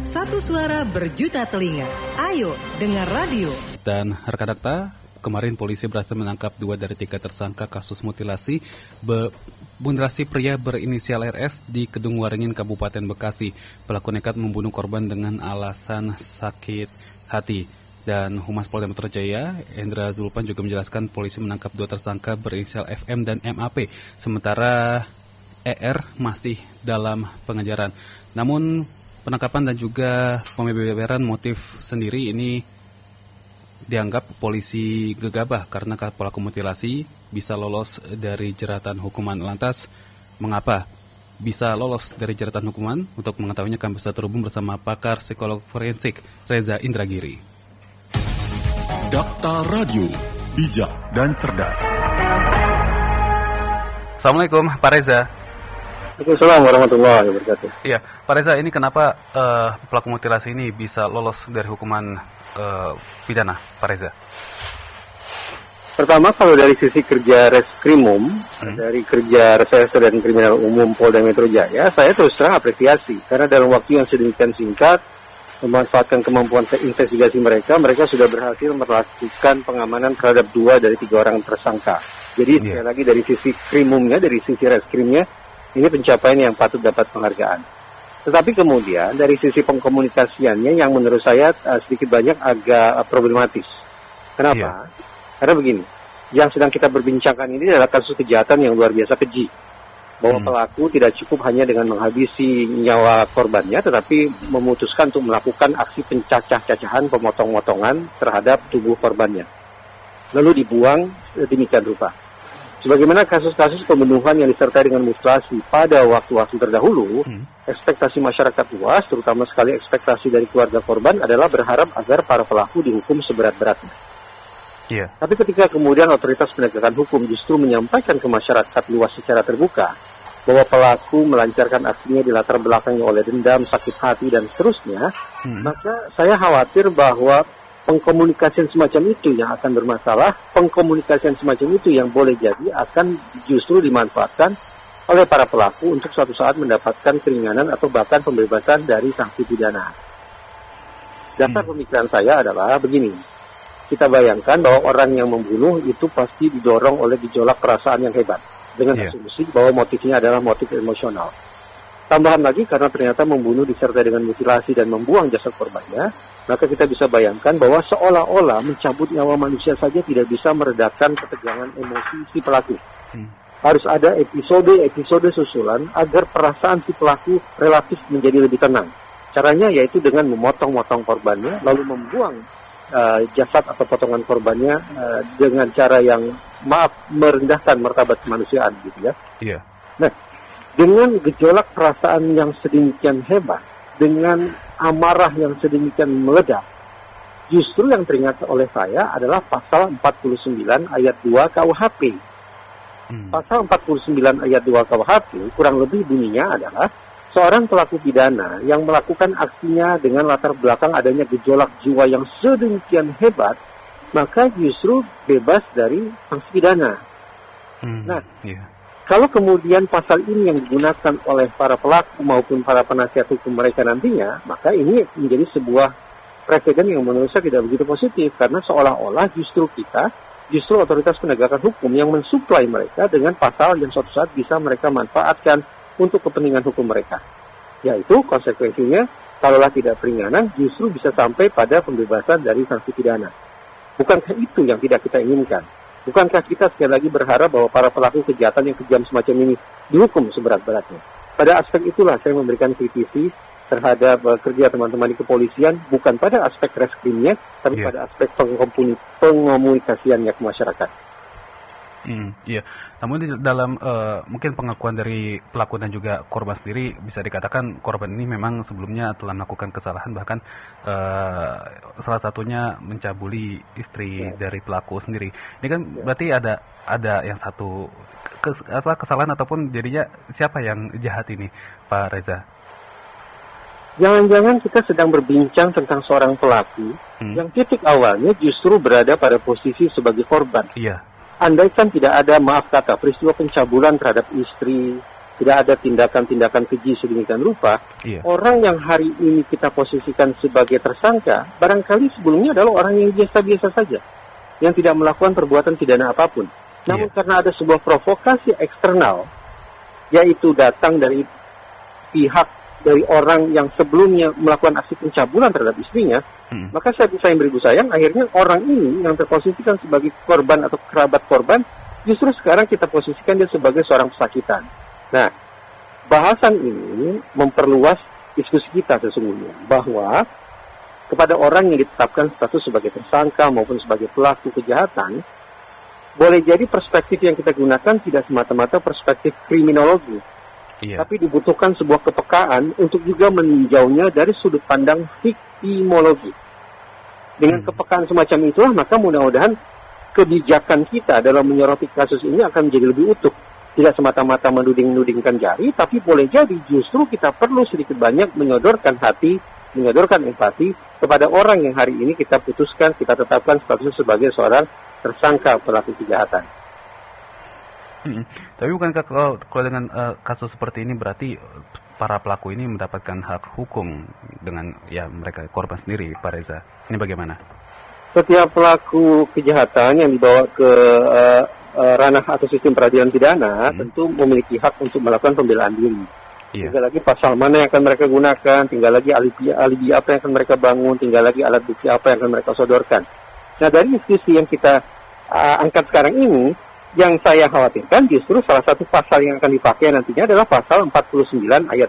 Satu suara berjuta telinga. Ayo dengar radio. Dan rekan-rekan, kemarin polisi berhasil menangkap 2 dari 3 tersangka kasus mutilasi pria berinisial RS di Kedung Waringin, Kabupaten Bekasi. Pelaku nekat membunuh korban dengan alasan sakit hati. Dan Humas Polda Metro Jaya, Hendra Zulpan juga menjelaskan polisi menangkap 2 tersangka berinisial FM dan MAP. Sementara ER masih dalam pengejaran. Namun penangkapan dan juga pembeberan motif sendiri ini dianggap polisi gegabah karena pelaku mutilasi bisa lolos dari jeratan hukuman. Lantas, mengapa bisa lolos dari jeratan hukuman? Untuk mengetahuinya kami bisa terhubung bersama pakar psikolog forensik Reza Indragiri. Dakta Radio, bijak dan cerdas. Assalamualaikum Pak Reza. Waalaikumsalam warahmatullahi wabarakatuh. Iya, Pak Reza, ini kenapa pelaku mutilasi ini bisa lolos dari hukuman pidana, Pak Reza? Pertama, kalau dari sisi kerja Reskrimum, dari kerja Reserse dan Kriminal Umum Polda Metro Jaya, saya terus terang apresiasi karena dalam waktu yang sedemikian singkat, memanfaatkan kemampuan investigasi mereka sudah berhasil melakukan pengamanan terhadap 2 dari 3 orang tersangka. Jadi sekali lagi dari sisi krimumnya, dari sisi reskrimnya, ini pencapaian yang patut dapat penghargaan. Tetapi kemudian dari sisi pengkomunikasiannya yang menurut saya sedikit banyak agak problematis. Kenapa? Karena begini, yang sedang kita berbincangkan ini adalah kasus kejahatan yang luar biasa keji. Bahwa pelaku tidak cukup hanya dengan menghabisi nyawa korbannya, tetapi memutuskan untuk melakukan aksi pencacah-cacahan, pemotong-motongan terhadap tubuh korbannya. Lalu dibuang demikian rupa. Sebagaimana kasus-kasus pembunuhan yang disertai dengan mutilasi pada waktu-waktu terdahulu, ekspektasi masyarakat luas, terutama sekali ekspektasi dari keluarga korban adalah berharap agar para pelaku dihukum seberat-beratnya. Tapi ketika kemudian otoritas penegakan hukum justru menyampaikan ke masyarakat luas secara terbuka bahwa pelaku melancarkan aksinya di latar belakangnya oleh dendam, sakit hati, dan seterusnya, maka saya khawatir bahwa pengkomunikasian semacam itu yang akan bermasalah, pengkomunikasian semacam itu yang boleh jadi akan justru dimanfaatkan oleh para pelaku untuk suatu saat mendapatkan keringanan atau bahkan pembebasan dari sanksi pidana. Dasar pemikiran saya adalah begini, kita bayangkan bahwa orang yang membunuh itu pasti didorong oleh gejolak perasaan yang hebat, dengan asumsi bahwa motifnya adalah motif emosional. Tambahan lagi karena ternyata membunuh disertai dengan mutilasi dan membuang jasad korbannya, maka kita bisa bayangkan bahwa seolah-olah mencabut nyawa manusia saja tidak bisa meredakan ketegangan emosi si pelaku. Harus ada episode susulan agar perasaan si pelaku relatif menjadi lebih tenang. Caranya yaitu dengan memotong-motong korbannya, lalu membuang jasad atau potongan korbannya dengan cara yang merendahkan martabat kemanusiaan, gitu ya. Nah, dengan gejolak perasaan yang sedemikian hebat, dengan amarah yang sedemikian meledak, justru yang teringat oleh saya adalah pasal 49 ayat 2 KUHP. Pasal 49 ayat 2 KUHP kurang lebih bunyinya adalah seorang pelaku pidana yang melakukan aksinya dengan latar belakang adanya gejolak jiwa yang sedemikian hebat, maka justru bebas dari sanksi pidana. Kalau kemudian pasal ini yang digunakan oleh para pelaku maupun para penasihat hukum mereka nantinya, maka ini menjadi sebuah presiden yang menurut saya tidak begitu positif, karena seolah-olah justru otoritas penegakan hukum yang mensuplai mereka dengan pasal yang suatu saat bisa mereka manfaatkan untuk kepentingan hukum mereka. Yaitu konsekuensinya, kalaulah tidak peringanan, justru bisa sampai pada pembebasan dari sanksi pidana. Bukankah itu yang tidak kita inginkan? Bukankah kita sekali lagi berharap bahwa para pelaku kejahatan yang kejam semacam ini dihukum seberat-beratnya? Pada aspek itulah saya memberikan kritisi terhadap kerja teman-teman di kepolisian, bukan pada aspek reskrimnya, tapi pada aspek pengomunikasiannya ke masyarakat. Namun di dalam mungkin pengakuan dari pelaku dan juga korban sendiri bisa dikatakan korban ini memang sebelumnya telah melakukan kesalahan, bahkan salah satunya mencabuli istri dari pelaku sendiri. Ini kan berarti ada yang satu kesalahan ataupun jadinya siapa yang jahat ini, Pak Reza? Jangan-jangan kita sedang berbincang tentang seorang pelaku yang titik awalnya justru berada pada posisi sebagai korban. Andaikan tidak ada, maaf kata, peristiwa pencabulan terhadap istri, tidak ada tindakan-tindakan keji sedemikian rupa, orang yang hari ini kita posisikan sebagai tersangka, barangkali sebelumnya adalah orang yang biasa-biasa saja, yang tidak melakukan perbuatan pidana apapun. Namun karena ada sebuah provokasi eksternal, yaitu datang dari pihak dari orang yang sebelumnya melakukan aksi pencabulan terhadap istrinya, maka saya sayang beribu sayang, akhirnya orang ini yang terposisikan sebagai korban atau kerabat korban, justru sekarang kita posisikan dia sebagai seorang pesakitan. Nah, bahasan ini memperluas diskusi kita sesungguhnya, bahwa kepada orang yang ditetapkan status sebagai tersangka maupun sebagai pelaku kejahatan, boleh jadi perspektif yang kita gunakan tidak semata-mata perspektif kriminologi, tapi dibutuhkan sebuah kepekaan untuk juga meninjaunya dari sudut pandang viktimologi. Dengan kepekaan semacam itulah, maka mudah-mudahan kebijakan kita dalam menyoroti kasus ini akan menjadi lebih utuh. Tidak semata-mata menuding-nudingkan jari, tapi boleh jadi justru kita perlu sedikit banyak menyodorkan hati, menyodorkan empati kepada orang yang hari ini kita putuskan, kita tetapkan status sebagai seorang tersangka pelaku kejahatan. Tapi bukankah kalau dengan kasus seperti ini berarti para pelaku ini mendapatkan hak hukum dengan mereka korban sendiri, Pak Reza? Ini bagaimana? Setiap pelaku kejahatan yang dibawa ke ranah atau sistem peradilan pidana tentu memiliki hak untuk melakukan pembelaan diri. Tinggal lagi pasal mana yang akan mereka gunakan, tinggal lagi alibi apa yang akan mereka bangun, tinggal lagi alat bukti apa yang akan mereka sodorkan. Nah, dari diskusi yang kita angkat sekarang ini, yang saya khawatirkan justru salah satu pasal yang akan dipakai nantinya adalah pasal 49 ayat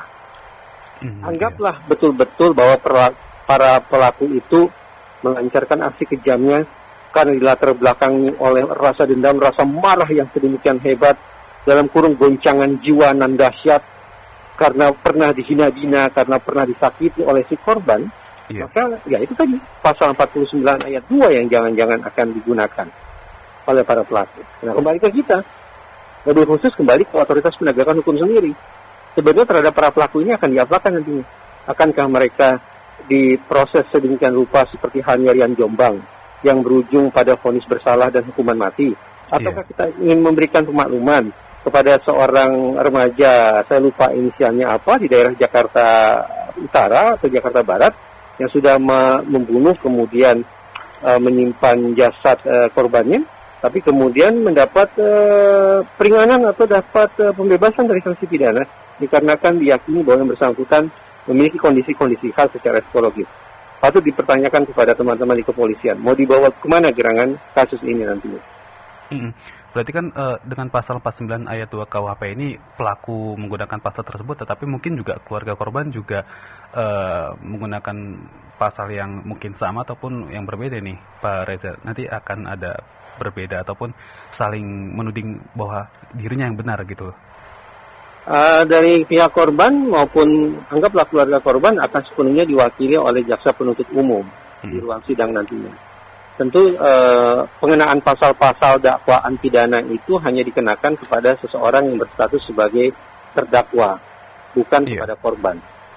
2. Anggaplah betul-betul bahwa para pelaku itu melancarkan aksi kejamnya karena dilatar belakangi oleh rasa dendam, rasa marah yang sedemikian hebat, dalam kurung goncangan jiwa nan dahsyat, karena pernah dihina-hina, karena pernah disakiti oleh si korban, maka itu tadi, pasal 49 ayat 2 yang jangan-jangan akan digunakan oleh para pelaku. Nah, kembali ke kita, lebih khusus kembali ke otoritas penegakan hukum sendiri. Sebenarnya terhadap para pelaku ini akan diapakan nantinya? Akankah mereka diproses sedemikian rupa seperti halnya Rian Jombang, yang berujung pada vonis bersalah dan hukuman mati? Ataukah kita ingin memberikan pemakluman kepada seorang remaja, saya lupa inisialnya apa, di daerah Jakarta Utara atau Jakarta Barat, yang sudah membunuh kemudian menyimpan jasad korbannya, tapi kemudian mendapat peringanan atau dapat pembebasan dari sanksi pidana dikarenakan diyakini bahwa yang bersangkutan memiliki kondisi-kondisi khas secara psikologis. Patut dipertanyakan kepada teman-teman di kepolisian, mau dibawa kemana gerangan kasus ini nantinya. Berarti kan dengan pasal 49 ayat 2 KUHP ini pelaku menggunakan pasal tersebut, tetapi mungkin juga keluarga korban juga menggunakan pasal yang mungkin sama ataupun yang berbeda nih, Pak Reza. Nanti akan ada berbeda ataupun saling menuding bahwa dirinya yang benar gitu. Dari pihak korban maupun anggaplah keluarga korban akan sepenuhnya diwakili oleh jaksa penuntut umum di ruang sidang nantinya. Tentu pengenaan pasal-pasal dakwaan pidana itu hanya dikenakan kepada seseorang yang berstatus sebagai terdakwa, bukan kepada korban.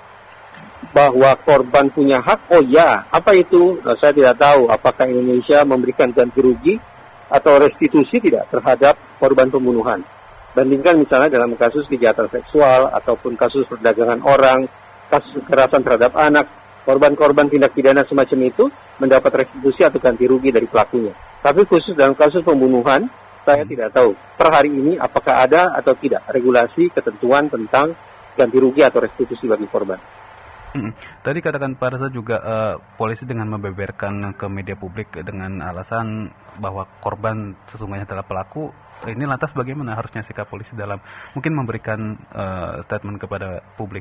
Bahwa korban punya hak, apa itu? Saya tidak tahu apakah Indonesia memberikan ganti rugi atau restitusi tidak terhadap korban pembunuhan. Bandingkan misalnya dalam kasus kejahatan seksual ataupun kasus perdagangan orang, kasus kekerasan terhadap anak, korban-korban tindak pidana semacam itu mendapat restitusi atau ganti rugi dari pelakunya. Tapi khusus dalam kasus pembunuhan, saya tidak tahu per hari ini apakah ada atau tidak regulasi ketentuan tentang ganti rugi atau restitusi bagi korban. Tadi katakan Pak Reza juga polisi dengan membeberkan ke media publik dengan alasan bahwa korban sesungguhnya adalah pelaku. Ini lantas bagaimana harusnya sikap polisi dalam mungkin memberikan statement kepada publik?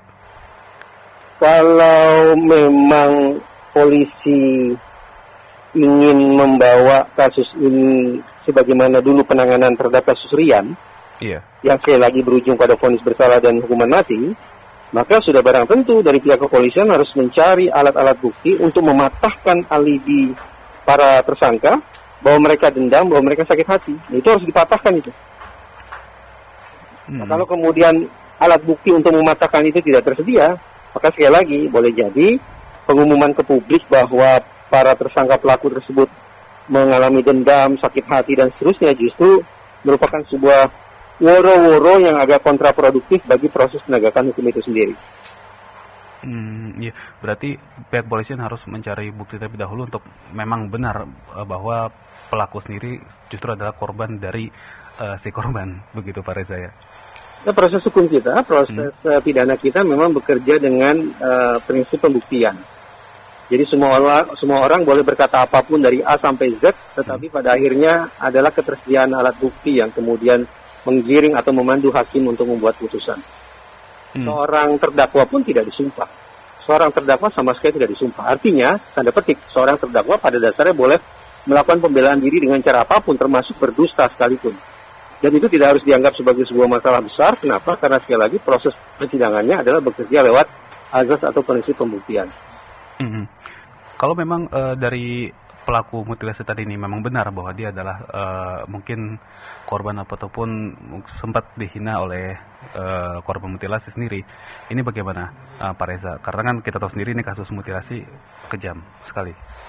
Kalau memang polisi ingin membawa kasus ini sebagaimana dulu penanganan terhadap kasus Rian, yang sekali lagi berujung pada vonis bersalah dan hukuman mati, maka sudah barang tentu dari pihak kepolisian harus mencari alat-alat bukti untuk mematahkan alibi para tersangka bahwa mereka dendam, bahwa mereka sakit hati. Itu harus dipatahkan itu. Nah, kalau kemudian alat bukti untuk mematahkan itu tidak tersedia, maka sekali lagi boleh jadi pengumuman ke publik bahwa para tersangka pelaku tersebut mengalami dendam, sakit hati dan seterusnya justru merupakan sebuah woro-woro yang agak kontraproduktif bagi proses penegakan hukum itu sendiri. Iya, berarti pihak polisian harus mencari bukti terlebih dahulu untuk memang benar bahwa pelaku sendiri justru adalah korban dari si korban, begitu Pak Reza ya? Nah, proses hukum kita, proses pidana kita memang bekerja dengan prinsip pembuktian. Jadi semua orang boleh berkata apapun dari A sampai Z, tetapi pada akhirnya adalah ketersediaan alat bukti yang kemudian menggiring atau memandu hakim untuk membuat putusan. Seorang terdakwa pun tidak disumpah. Seorang terdakwa sama sekali tidak disumpah. Artinya, tanda petik, seorang terdakwa pada dasarnya boleh melakukan pembelaan diri dengan cara apapun, termasuk berdusta sekalipun. Dan itu tidak harus dianggap sebagai sebuah masalah besar. Kenapa? Karena sekali lagi proses persidangannya adalah bekerja lewat azas atau prinsip pembuktian. Kalau memang dari pelaku mutilasi tadi ini memang benar bahwa dia adalah mungkin korban ataupun sempat dihina oleh korban mutilasi sendiri, ini bagaimana Pak Reza? Karena kan kita tahu sendiri ini kasus mutilasi kejam sekali.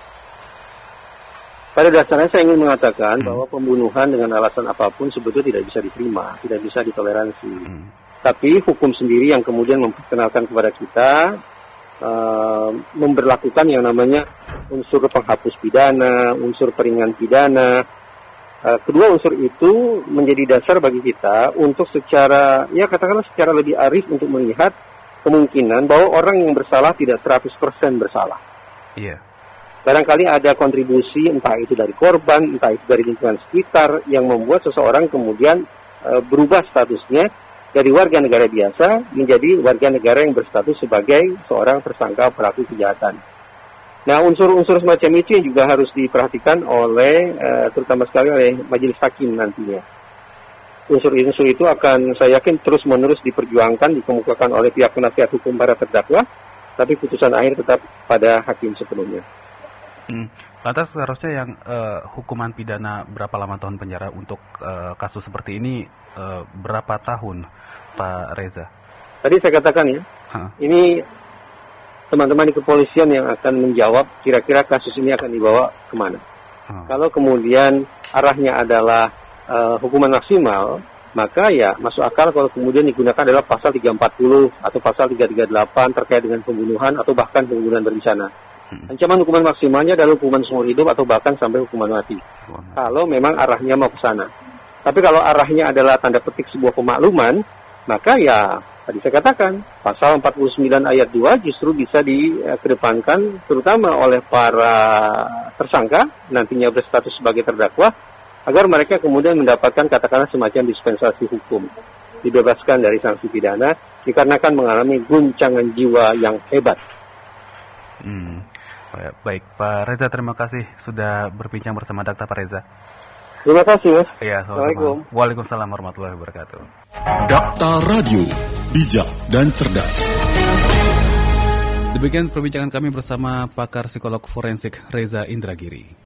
Pada dasarnya saya ingin mengatakan bahwa pembunuhan dengan alasan apapun sebetulnya tidak bisa diterima, tidak bisa ditoleransi. Tapi hukum sendiri yang kemudian memperkenalkan kepada kita memberlakukan yang namanya unsur penghapus pidana, unsur peringan pidana. Kedua unsur itu menjadi dasar bagi kita untuk secara lebih arif untuk melihat kemungkinan bahwa orang yang bersalah tidak 100% bersalah. Iya. Barangkali ada kontribusi entah itu dari korban, entah itu dari lingkungan sekitar yang membuat seseorang kemudian berubah statusnya dari warga negara biasa menjadi warga negara yang berstatus sebagai seorang tersangka pelaku kejahatan. Nah, unsur-unsur semacam itu yang juga harus diperhatikan oleh, terutama sekali oleh majelis hakim nantinya. Unsur-unsur itu akan saya yakin terus-menerus diperjuangkan, dikemukakan oleh pihak penasihat hukum para terdakwa, tapi putusan akhir tetap pada hakim sepenuhnya. Lantas seharusnya yang hukuman pidana berapa lama tahun penjara untuk kasus seperti ini berapa tahun, Pak Reza? Tadi saya katakan ya, ini teman-teman di kepolisian yang akan menjawab kira-kira kasus ini akan dibawa kemana. Kalau kemudian arahnya adalah hukuman maksimal, maka ya masuk akal kalau kemudian digunakan adalah pasal 340 atau pasal 338 terkait dengan pembunuhan atau bahkan pembunuhan berencana. Ancaman hukuman maksimalnya adalah hukuman seumur hidup atau bahkan sampai hukuman mati. Kalau memang arahnya mau ke sana. Tapi kalau arahnya adalah tanda petik sebuah pemakluman, maka ya tadi saya katakan pasal 49 ayat 2 justru bisa dikedepankan terutama oleh para tersangka nantinya berstatus sebagai terdakwa agar mereka kemudian mendapatkan katakanlah semacam dispensasi hukum, dibebaskan dari sanksi pidana dikarenakan mengalami guncangan jiwa yang hebat. Baik, Pak Reza, terima kasih sudah berbincang bersama Dakta Pak Reza. Terima kasih, Mas. Iya, sama-sama. Waalaikumsalam warahmatullahi wabarakatuh. Dakta Radio, bijak dan cerdas. Demikian perbincangan kami bersama pakar psikolog forensik Reza Indragiri.